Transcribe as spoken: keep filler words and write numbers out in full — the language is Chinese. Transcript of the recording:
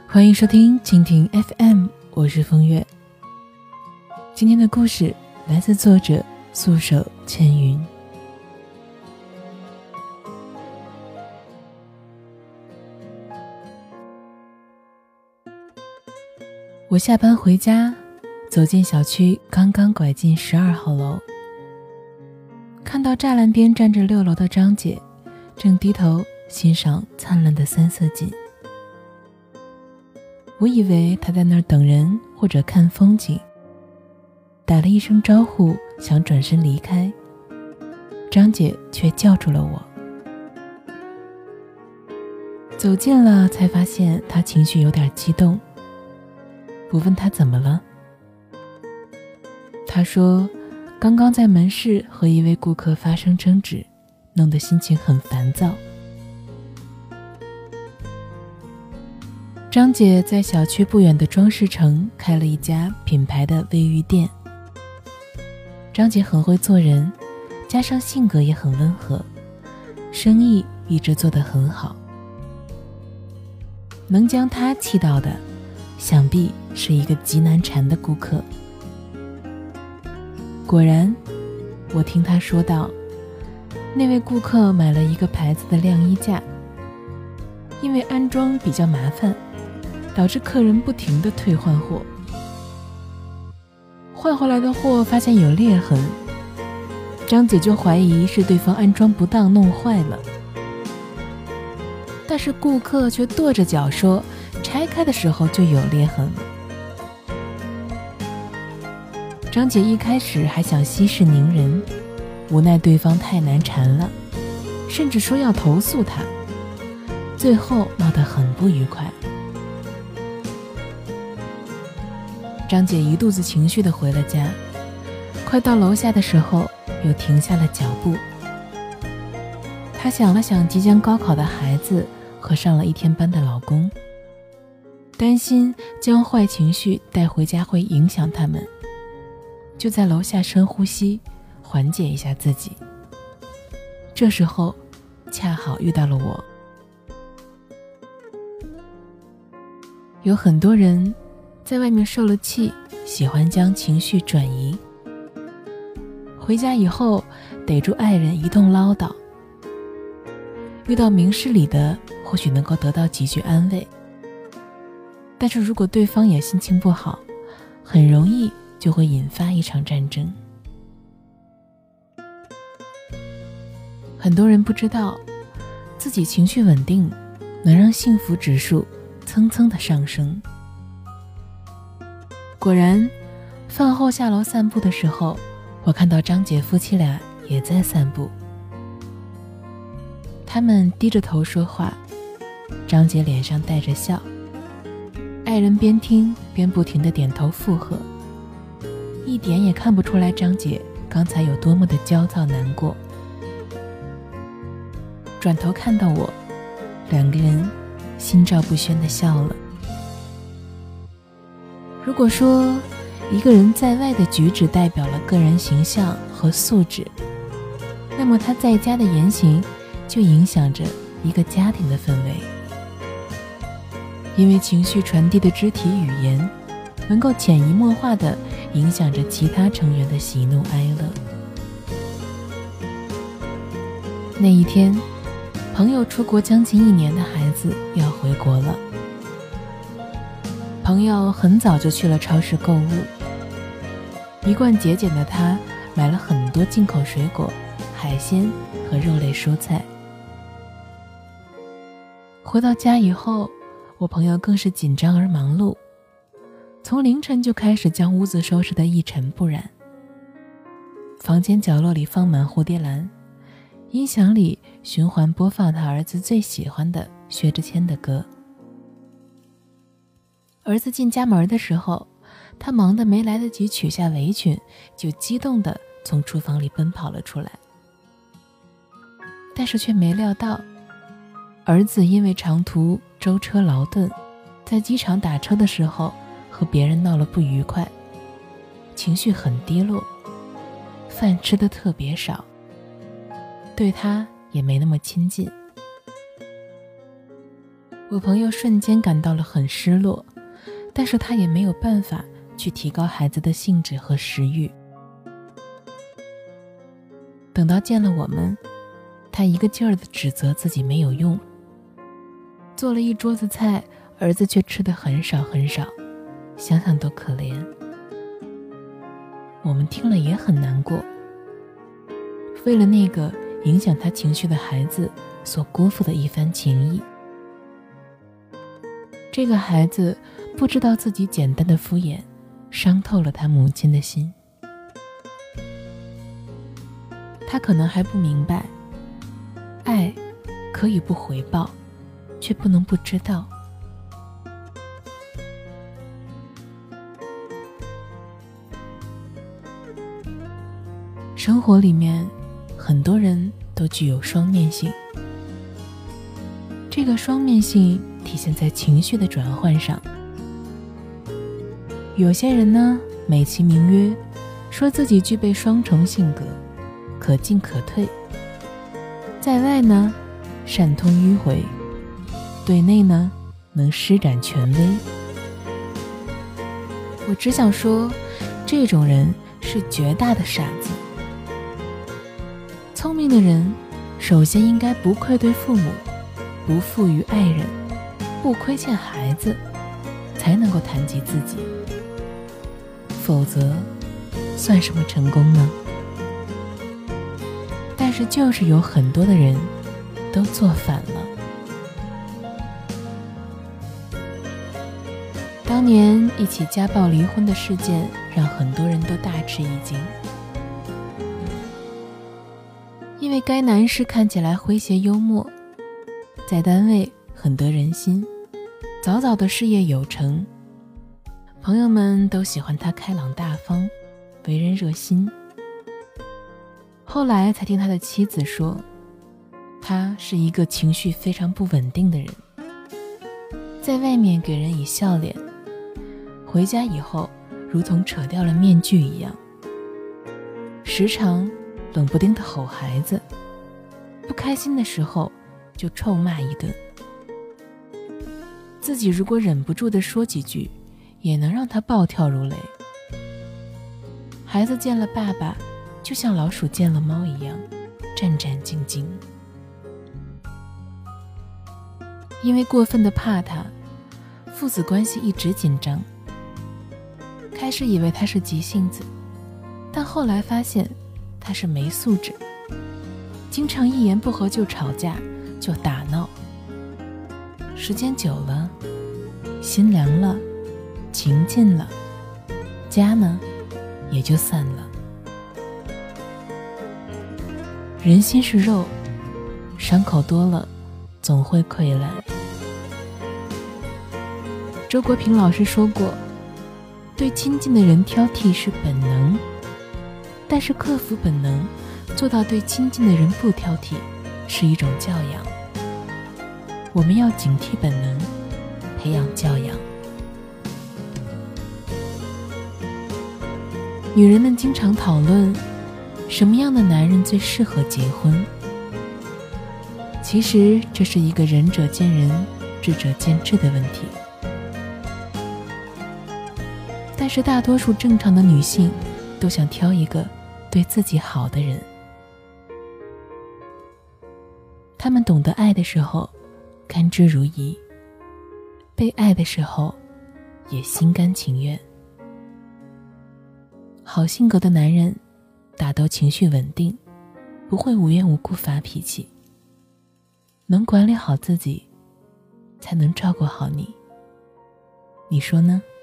欢迎收听蜻蜓 F M， 我是风月。今天的故事来自作者素手千云。我下班回家，走进小区，刚刚拐进十二号楼，看到栅栏边站着六楼的张姐，正低头欣赏灿烂的三色锦。我以为她在那儿等人或者看风景，打了一声招呼，想转身离开，张姐却叫住了我。走近了才发现她情绪有点激动，我问她怎么了，她说刚刚在门市和一位顾客发生争执，弄得心情很烦躁。张姐在小区不远的装饰城开了一家品牌的卫浴店。张姐很会做人，加上性格也很温和，生意一直做得很好。能将她气到的，想必是一个极难缠的顾客。果然，我听她说道，那位顾客买了一个牌子的晾衣架，因为安装比较麻烦，导致客人不停地退换货，换回来的货发现有裂痕，张姐就怀疑是对方安装不当弄坏了，但是顾客却跺着脚说拆开的时候就有裂痕了。张姐一开始还想息事宁人，无奈对方太难缠了，甚至说要投诉他，最后闹得很不愉快。张姐一肚子情绪地回了家，快到楼下的时候又停下了脚步。她想了想即将高考的孩子和上了一天班的老公，担心将坏情绪带回家会影响他们，就在楼下深呼吸，缓解一下自己。这时候恰好遇到了我。有很多人在外面受了气，喜欢将情绪转移，回家以后逮住爱人一通唠叨，遇到明事理的或许能够得到几句安慰，但是如果对方也心情不好，很容易就会引发一场战争。很多人不知道自己情绪稳定能让幸福指数蹭蹭的上升。果然，饭后下楼散步的时候，我看到张姐夫妻俩也在散步。他们低着头说话，张姐脸上带着笑，爱人边听边不停地点头附和，一点也看不出来张姐刚才有多么的焦躁难过。转头看到我，两个人心照不宣地笑了。如果说一个人在外的举止代表了个人形象和素质，那么他在家的言行就影响着一个家庭的氛围。因为情绪传递的肢体语言能够潜移默化地影响着其他成员的喜怒哀乐。那一天，朋友出国将近一年的孩子要回国了。朋友很早就去了超市购物，一贯节俭的他买了很多进口水果、海鲜和肉类蔬菜。回到家以后，我朋友更是紧张而忙碌，从凌晨就开始将屋子收拾得一尘不染。房间角落里放满蝴蝶兰，音响里循环播放他儿子最喜欢的薛之谦的歌。儿子进家门的时候，他忙得没来得及取下围裙，就激动地从厨房里奔跑了出来。但是却没料到，儿子因为长途舟车劳顿，在机场打车的时候和别人闹了不愉快，情绪很低落，饭吃得特别少，对他也没那么亲近。 我朋友瞬间感到了很失落，但是他也没有办法去提高孩子的兴致和食欲。等到见了我们，他一个劲儿地指责自己没有用，做了一桌子菜，儿子却吃得很少很少，想想都可怜。我们听了也很难过，为了那个影响他情绪的孩子所辜负的一番情谊。这个孩子不知道自己简单的敷衍伤透了他母亲的心，他可能还不明白，爱可以不回报，却不能不知道。生活里面很多人都具有双面性，这个双面性体现在情绪的转换上。有些人呢，美其名曰说自己具备双重性格，可进可退，在外呢善通迂回，对内呢能施展权威。我只想说，这种人是绝大的傻子。聪明的人首先应该不愧对父母，不负于爱人，不亏欠孩子，才能够谈及自己，否则算什么成功呢？但是就是有很多的人都做反了。当年一起家暴离婚的事件让很多人都大吃一惊，因为该男士看起来诙谐幽默，在单位很得人心，早早的事业有成，朋友们都喜欢他开朗大方，为人热心。后来才听他的妻子说，他是一个情绪非常不稳定的人，在外面给人以笑脸，回家以后如同扯掉了面具一样，时常冷不丁地吼孩子，不开心的时候就臭骂一顿，自己如果忍不住地说几句，也能让他暴跳如雷。孩子见了爸爸就像老鼠见了猫一样战战兢兢。因为过分的怕他，父子关系一直紧张。开始以为他是急性子，但后来发现他是没素质，经常一言不合就吵架，就打闹。时间久了，心凉了，情近了，家呢也就散了。人心是肉，伤口多了总会溃烂。周国平老师说过，对亲近的人挑剔是本能，但是克服本能，做到对亲近的人不挑剔，是一种教养。我们要警惕本能，培养教养。女人们经常讨论什么样的男人最适合结婚，其实这是一个仁者见仁，智者见智的问题。但是大多数正常的女性都想挑一个对自己好的人，她们懂得爱的时候甘之如饴，被爱的时候也心甘情愿。好性格的男人大都情绪稳定，不会无缘无故发脾气，能管理好自己，才能照顾好你。你说呢？